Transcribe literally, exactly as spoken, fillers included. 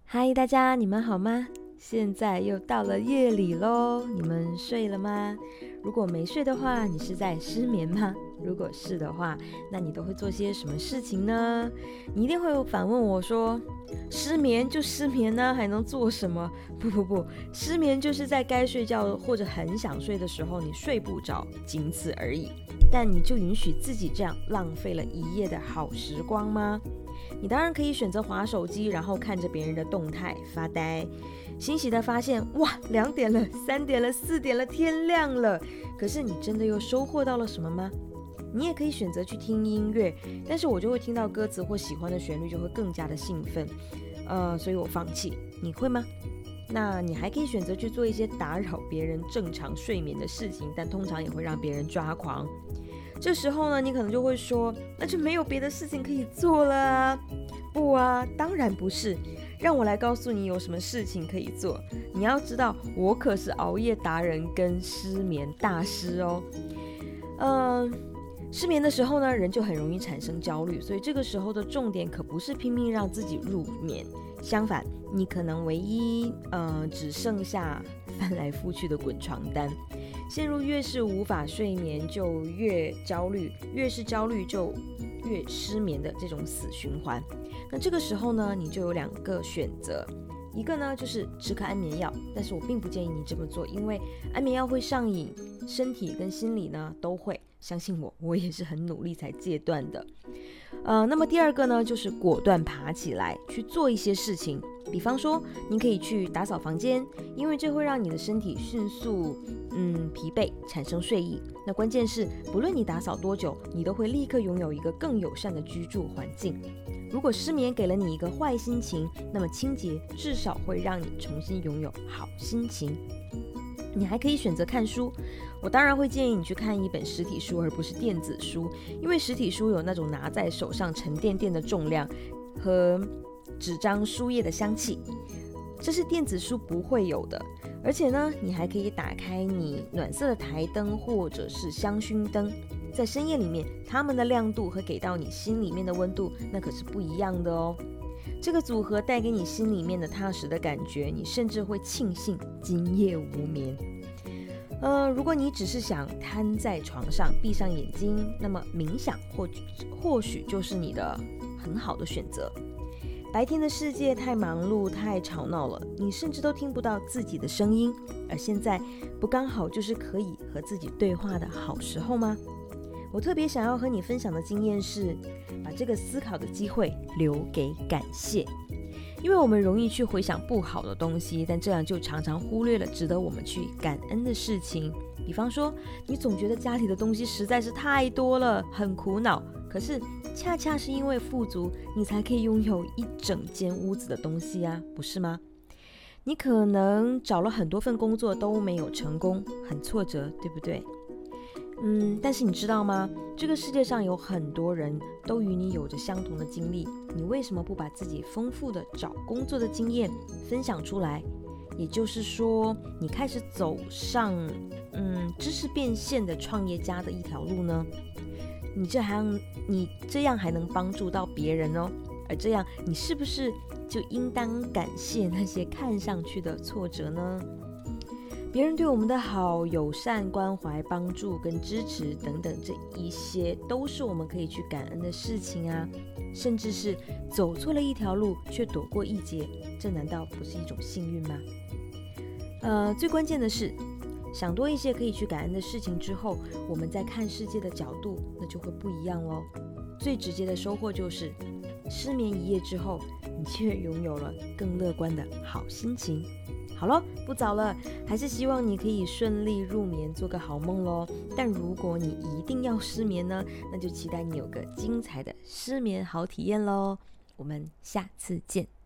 嗨，大家，你们好吗？现在又到了夜里咯，你们睡了吗？如果没睡的话，你是在失眠吗？如果是的话，那你都会做些什么事情呢？你一定会反问我说，失眠就失眠呢、啊，还能做什么？不不不，失眠就是在该睡觉或者很想睡的时候，你睡不着，仅此而已。但你就允许自己这样浪费了一夜的好时光吗？你当然可以选择滑手机，然后看着别人的动态发呆，欣喜地发现，哇，两点了，三点了，四点了，天亮了。可是你真的又收获到了什么吗？你也可以选择去听音乐，但是我就会听到歌词或喜欢的旋律，就会更加的兴奋，呃，所以我放弃。你会吗？那你还可以选择去做一些打扰别人正常睡眠的事情，但通常也会让别人抓狂。这时候呢，你可能就会说，那就没有别的事情可以做了啊。不啊，当然不是。让我来告诉你有什么事情可以做。你要知道，我可是熬夜达人跟失眠大师哦。嗯、呃，失眠的时候呢，人就很容易产生焦虑，所以这个时候的重点可不是拼命让自己入眠，相反，你可能唯一呃只剩下翻来覆去的滚床单。陷入越是无法睡眠就越焦虑，越是焦虑就越失眠的这种死循环。那这个时候呢，你就有两个选择，一个呢就是吃颗安眠药，但是我并不建议你这么做，因为安眠药会上瘾，身体跟心理呢都会，相信我，我也是很努力才戒断的。呃，那么第二个呢，就是果断爬起来去做一些事情，比方说，你可以去打扫房间，因为这会让你的身体迅速嗯疲惫，产生睡意。那关键是，不论你打扫多久，你都会立刻拥有一个更友善的居住环境。如果失眠给了你一个坏心情，那么清洁至少会让你重新拥有好心情。你还可以选择看书，我当然会建议你去看一本实体书，而不是电子书，因为实体书有那种拿在手上沉甸甸的重量和纸张书页的香气，这是电子书不会有的。而且呢，你还可以打开你暖色的台灯或者是香薰灯，在深夜里面，它们的亮度和给到你心里面的温度，那可是不一样的哦。这个组合带给你心里面的踏实的感觉，你甚至会庆幸今夜无眠。呃，如果你只是想瘫在床上闭上眼睛，那么冥想或或许就是你的很好的选择。白天的世界太忙碌太吵闹了，你甚至都听不到自己的声音，而现在不刚好就是可以和自己对话的好时候吗？我特别想要和你分享的经验是，把这个思考的机会留给感谢。因为我们容易去回想不好的东西，但这样就常常忽略了值得我们去感恩的事情。比方说，你总觉得家里的东西实在是太多了，很苦恼，可是恰恰是因为富足，你才可以拥有一整间屋子的东西啊，不是吗？你可能找了很多份工作都没有成功，很挫折，对不对？嗯，但是你知道吗？这个世界上有很多人都与你有着相同的经历，你为什么不把自己丰富的找工作的经验分享出来？也就是说，你开始走上嗯知识变现的创业家的一条路呢？你这还你这样还能帮助到别人哦，而这样你是不是就应当感谢那些看上去的挫折呢？别人对我们的好、友善、关怀、帮助跟支持等等，这一些都是我们可以去感恩的事情啊。甚至是走错了一条路却躲过一劫，这难道不是一种幸运吗？呃，最关键的是，想多一些可以去感恩的事情之后，我们在看世界的角度那就会不一样哦。最直接的收获就是，失眠一夜之后，你却拥有了更乐观的好心情。好了，不早了，还是希望你可以顺利入眠，做个好梦咯。但如果你一定要失眠呢，那就期待你有个精彩的失眠好体验咯。我们下次见。